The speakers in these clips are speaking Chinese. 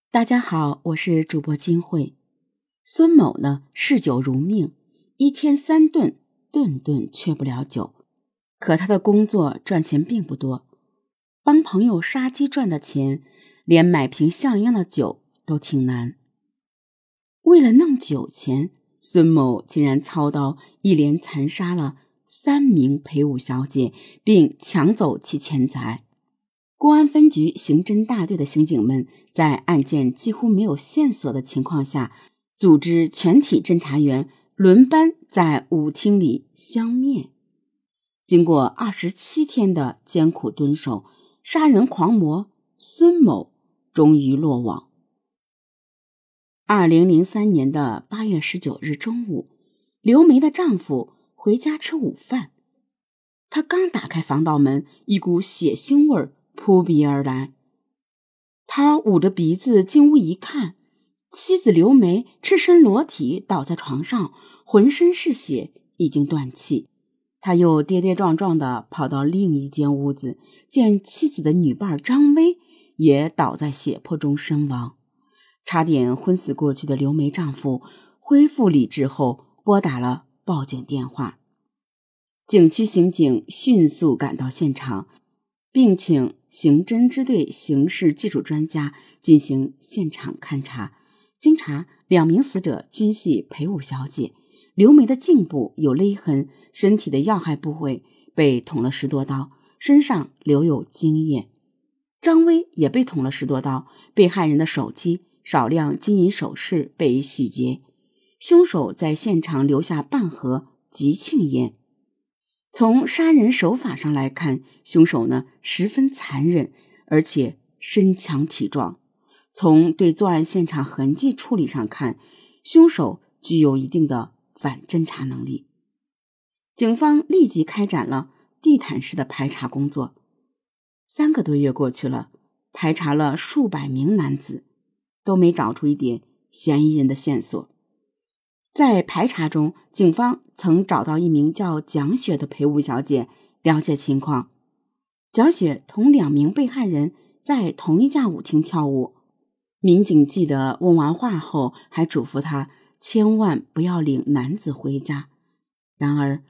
大家好，我是主播金慧。孙某呢，嗜酒如命，一天3顿，顿顿缺不了酒。可他的工作赚钱并不多，帮朋友杀鸡赚的钱，连买瓶像样的酒都挺难。为了弄酒钱，孙某竟然操刀一连残杀了3名陪舞小姐，并抢走其钱财。公安分局刑侦大队的刑警们在案件几乎没有线索的情况下，组织全体侦查员轮班在舞厅里相面。经过27天的艰苦蹲守，杀人狂魔孙某终于落网。2003年的8月19日中午，刘梅的丈夫回家吃午饭，他刚打开防盗门，一股血腥味儿扑鼻而来。他捂着鼻子进屋一看，妻子刘梅赤身裸体倒在床上，浑身是血，已经断气。他又跌跌撞撞地跑到另一间屋子，见妻子的女伴张薇也倒在血泊中身亡。差点昏死过去的刘梅丈夫恢复理智后，拨打了报警电话。警区刑警迅速赶到现场，并请刑侦支队刑事技术专家进行现场勘查。经查，2名死者均系陪舞小姐，刘梅的颈部有勒痕，身体的要害部位被捅了10多刀，身上留有精液。张薇也被捅了10多刀，被害人的手机、少量金银首饰被洗劫。凶手在现场留下半盒吉庆烟。从杀人手法上来看，凶手呢十分残忍，而且身强体壮。从对作案现场痕迹处理上看，凶手具有一定的反侦查能力。警方立即开展了地毯式的排查工作。3个多月过去了，排查了数百名男子，都没找出一点嫌疑人的线索。在排查中，警方曾找到一名叫蒋雪的陪舞小姐，了解情况。蒋雪同2名被害人在同一家舞厅跳舞，民警记得问完话后，还嘱咐她千万不要领男子回家。然而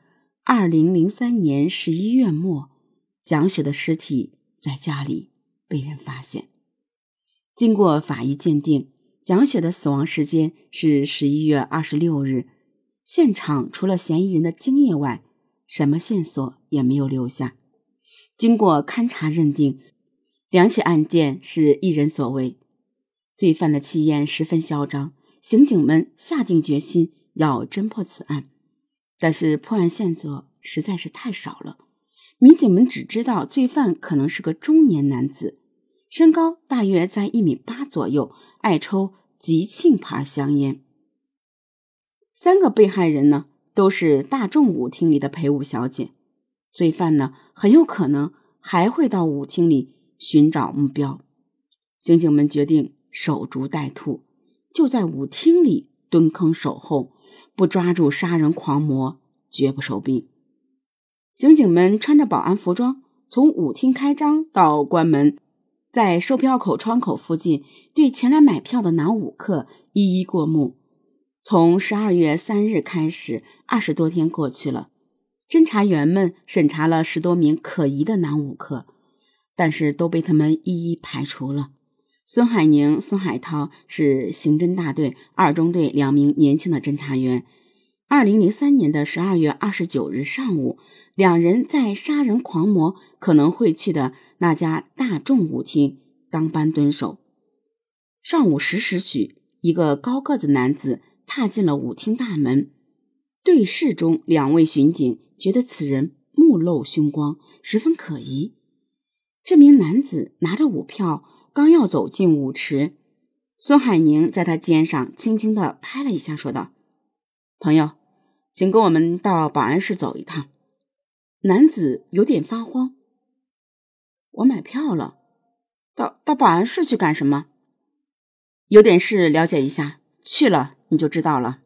2003年11月末，蒋雪的尸体在家里被人发现。经过法医鉴定，蒋雪的死亡时间是11月26日，现场除了嫌疑人的精液外，什么线索也没有留下。经过勘查认定，2起案件是一人所为，罪犯的气焰十分嚣张，刑警们下定决心要侦破此案。但是破案线索实在是太少了，民警们只知道罪犯可能是个中年男子，身高大约在1.8米左右，爱抽吉庆牌香烟。3个被害人呢，都是大众舞厅里的陪舞小姐，罪犯呢，很有可能还会到舞厅里寻找目标。刑警们决定守株待兔，就在舞厅里蹲坑守候，不抓住杀人狂魔，绝不收兵。刑警们穿着保安服装，从舞厅开张到关门，在售票口窗口附近对前来买票的男舞客一一过目。从12月3日开始，20多天过去了，侦查员们审查了10多名可疑的男舞客，但是都被他们一一排除了。孙海宁、孙海涛是刑侦大队2中队2名年轻的侦查员。2003年的12月29日上午，2人在杀人狂魔可能会去的那家大众舞厅当班蹲守。上午10时许，一个高个子男子踏进了舞厅大门，对视中2位巡警觉得此人目露凶光，十分可疑。这名男子拿着舞票，刚要走进舞池，孙海宁在他肩上轻轻地拍了一下，说道：“朋友，请跟我们到保安室走一趟。”男子有点发慌：“我买票了，到保安室去干什么？”“有点事了解一下，去了你就知道了。”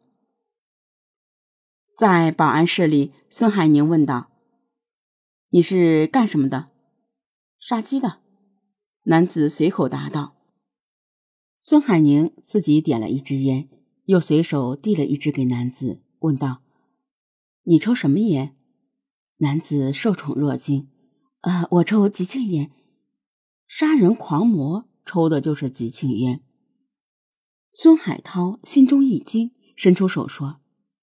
在保安室里，孙海宁问道：“你是干什么的？”“杀鸡的。”男子随口答道。 孙海宁自己点了一支烟，又随手递了一支给男子，问道：“你抽什么烟？”男子受宠若惊：“我抽吉庆烟。杀人狂魔抽的就是吉庆烟。”孙海涛心中一惊，伸出手说：“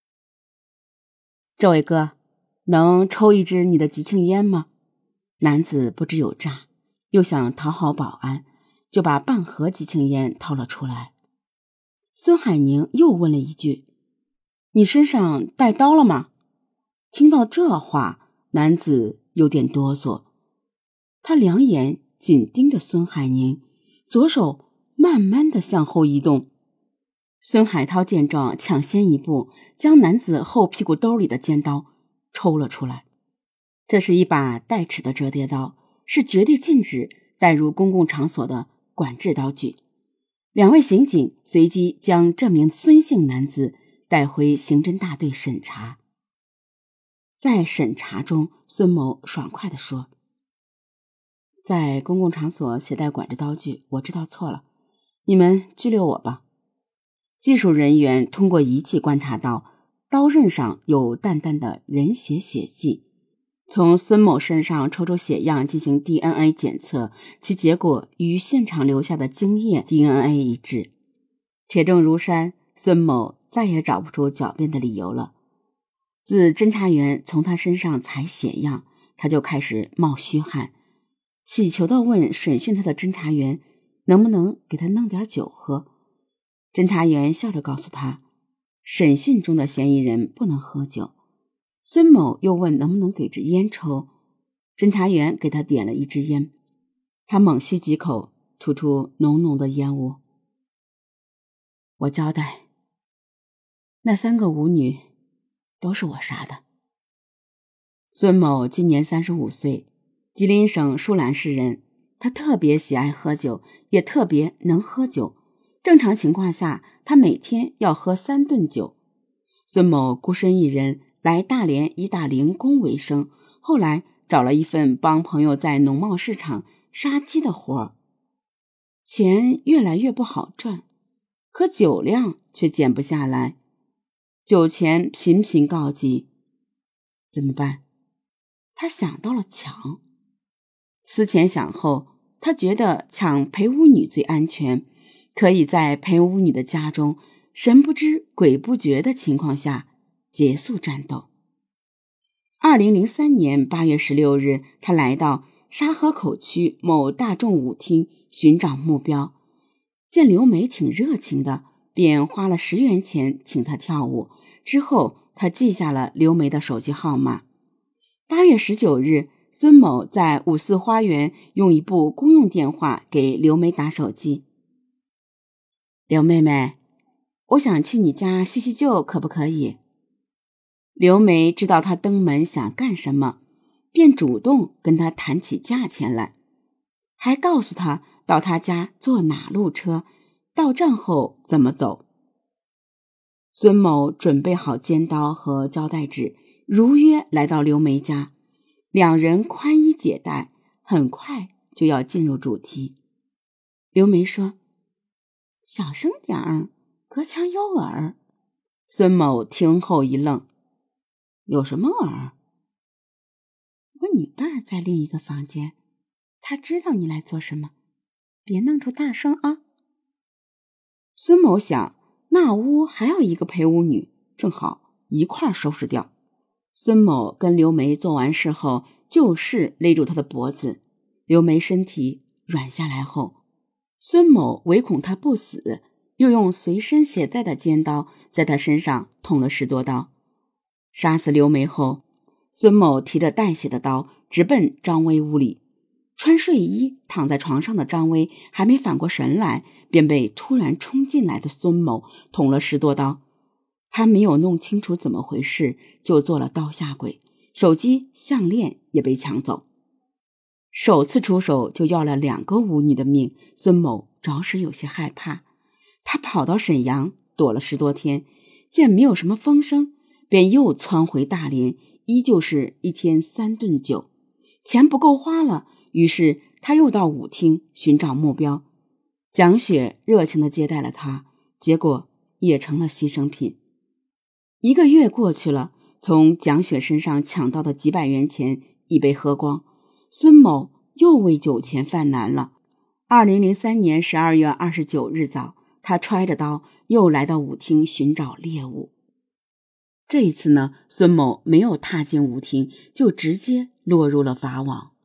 这位哥，能抽一支你的吉庆烟吗？”男子不知有诈，又想讨好保安，就把半盒吉庆烟掏了出来。孙海宁又问了一句：“你身上带刀了吗？”听到这话，男子有点哆嗦，他两眼紧盯着孙海宁，左手慢慢地向后移动。孙海涛见状，抢先一步将男子后屁股兜里的尖刀抽了出来。这是一把带齿的折叠刀，是绝对禁止带入公共场所的管制刀具。两位刑警随即将这名孙姓男子带回刑侦大队审查。在审查中，孙某爽快地说：“在公共场所携带管制刀具，我知道错了，你们拘留我吧。”技术人员通过仪器观察到刀刃上有淡淡的人血血迹，从孙某身上抽出血样进行 DNA 检测，其结果与现场留下的精液 DNA 一致。铁证如山，孙某再也找不出狡辩的理由了。自侦查员从他身上采血样，他就开始冒虚汗，乞求地问审讯他的侦查员能不能给他弄点酒喝。侦查员笑着告诉他，审讯中的嫌疑人不能喝酒。孙某又问能不能给支烟抽，侦查员给他点了一支烟，他猛吸几口，吐出浓浓的烟雾。我交代，那3个舞女都是我杀的。孙某今年35岁，吉林省舒兰市人，他特别喜爱喝酒，也特别能喝酒。正常情况下，他每天要喝3顿酒。孙某孤身一人来大连以打零工为生，后来找了一份帮朋友在农贸市场杀鸡的活儿，钱越来越不好赚，可酒量却减不下来，酒钱频频告急。怎么办？他想到了抢。思前想后，他觉得抢陪舞女最安全，可以在陪舞女的家中神不知鬼不觉的情况下结束战斗。2003年8月16日，他来到沙河口区某大众舞厅寻找目标，见刘梅挺热情的，便花了10元钱请她跳舞。之后他记下了刘梅的手机号码。8月19日，孙某在54花园用一部公用电话给刘梅打手机。刘妹妹，我想去你家叙叙旧，可不可以？刘梅知道他登门想干什么，便主动跟他谈起价钱来，还告诉他到他家坐哪路车，到站后怎么走。孙某准备好尖刀和胶带纸，如约来到刘梅家，两人宽衣解带，很快就要进入主题。刘梅说：“小声点儿，隔墙有耳。”孙某听后一愣：“有什么耳？”“我女伴在另一个房间，她知道你来做什么，别弄出大声啊。”孙某想，那屋还有一个陪舞女，正好一块收拾掉。孙某跟刘梅做完事后，就势勒住她的脖子。刘梅身体软下来后，孙某唯恐她不死，又用随身携带的尖刀在她身上捅了10多刀。杀死刘梅后，孙某提着带血的刀直奔张威屋里。穿睡衣躺在床上的张威还没反过神来，便被突然冲进来的孙某捅了10多刀。他没有弄清楚怎么回事，就做了刀下鬼，手机、项链也被抢走。首次出手就要了2个舞女的命，孙某着实有些害怕。他跑到沈阳躲了10多天，见没有什么风声，便又窜回大连，依旧是一天3顿酒。钱不够花了，于是他又到舞厅寻找目标。 蒋雪热情地接待了他，结果也成了牺牲品。1个月过去了，从蒋雪身上抢到的几百元钱已被喝光，孙某又为酒钱犯难了。2003年12月29日早，他揣着刀又来到舞厅寻找猎物。这一次呢，孙某没有踏进舞厅，就直接落入了法网。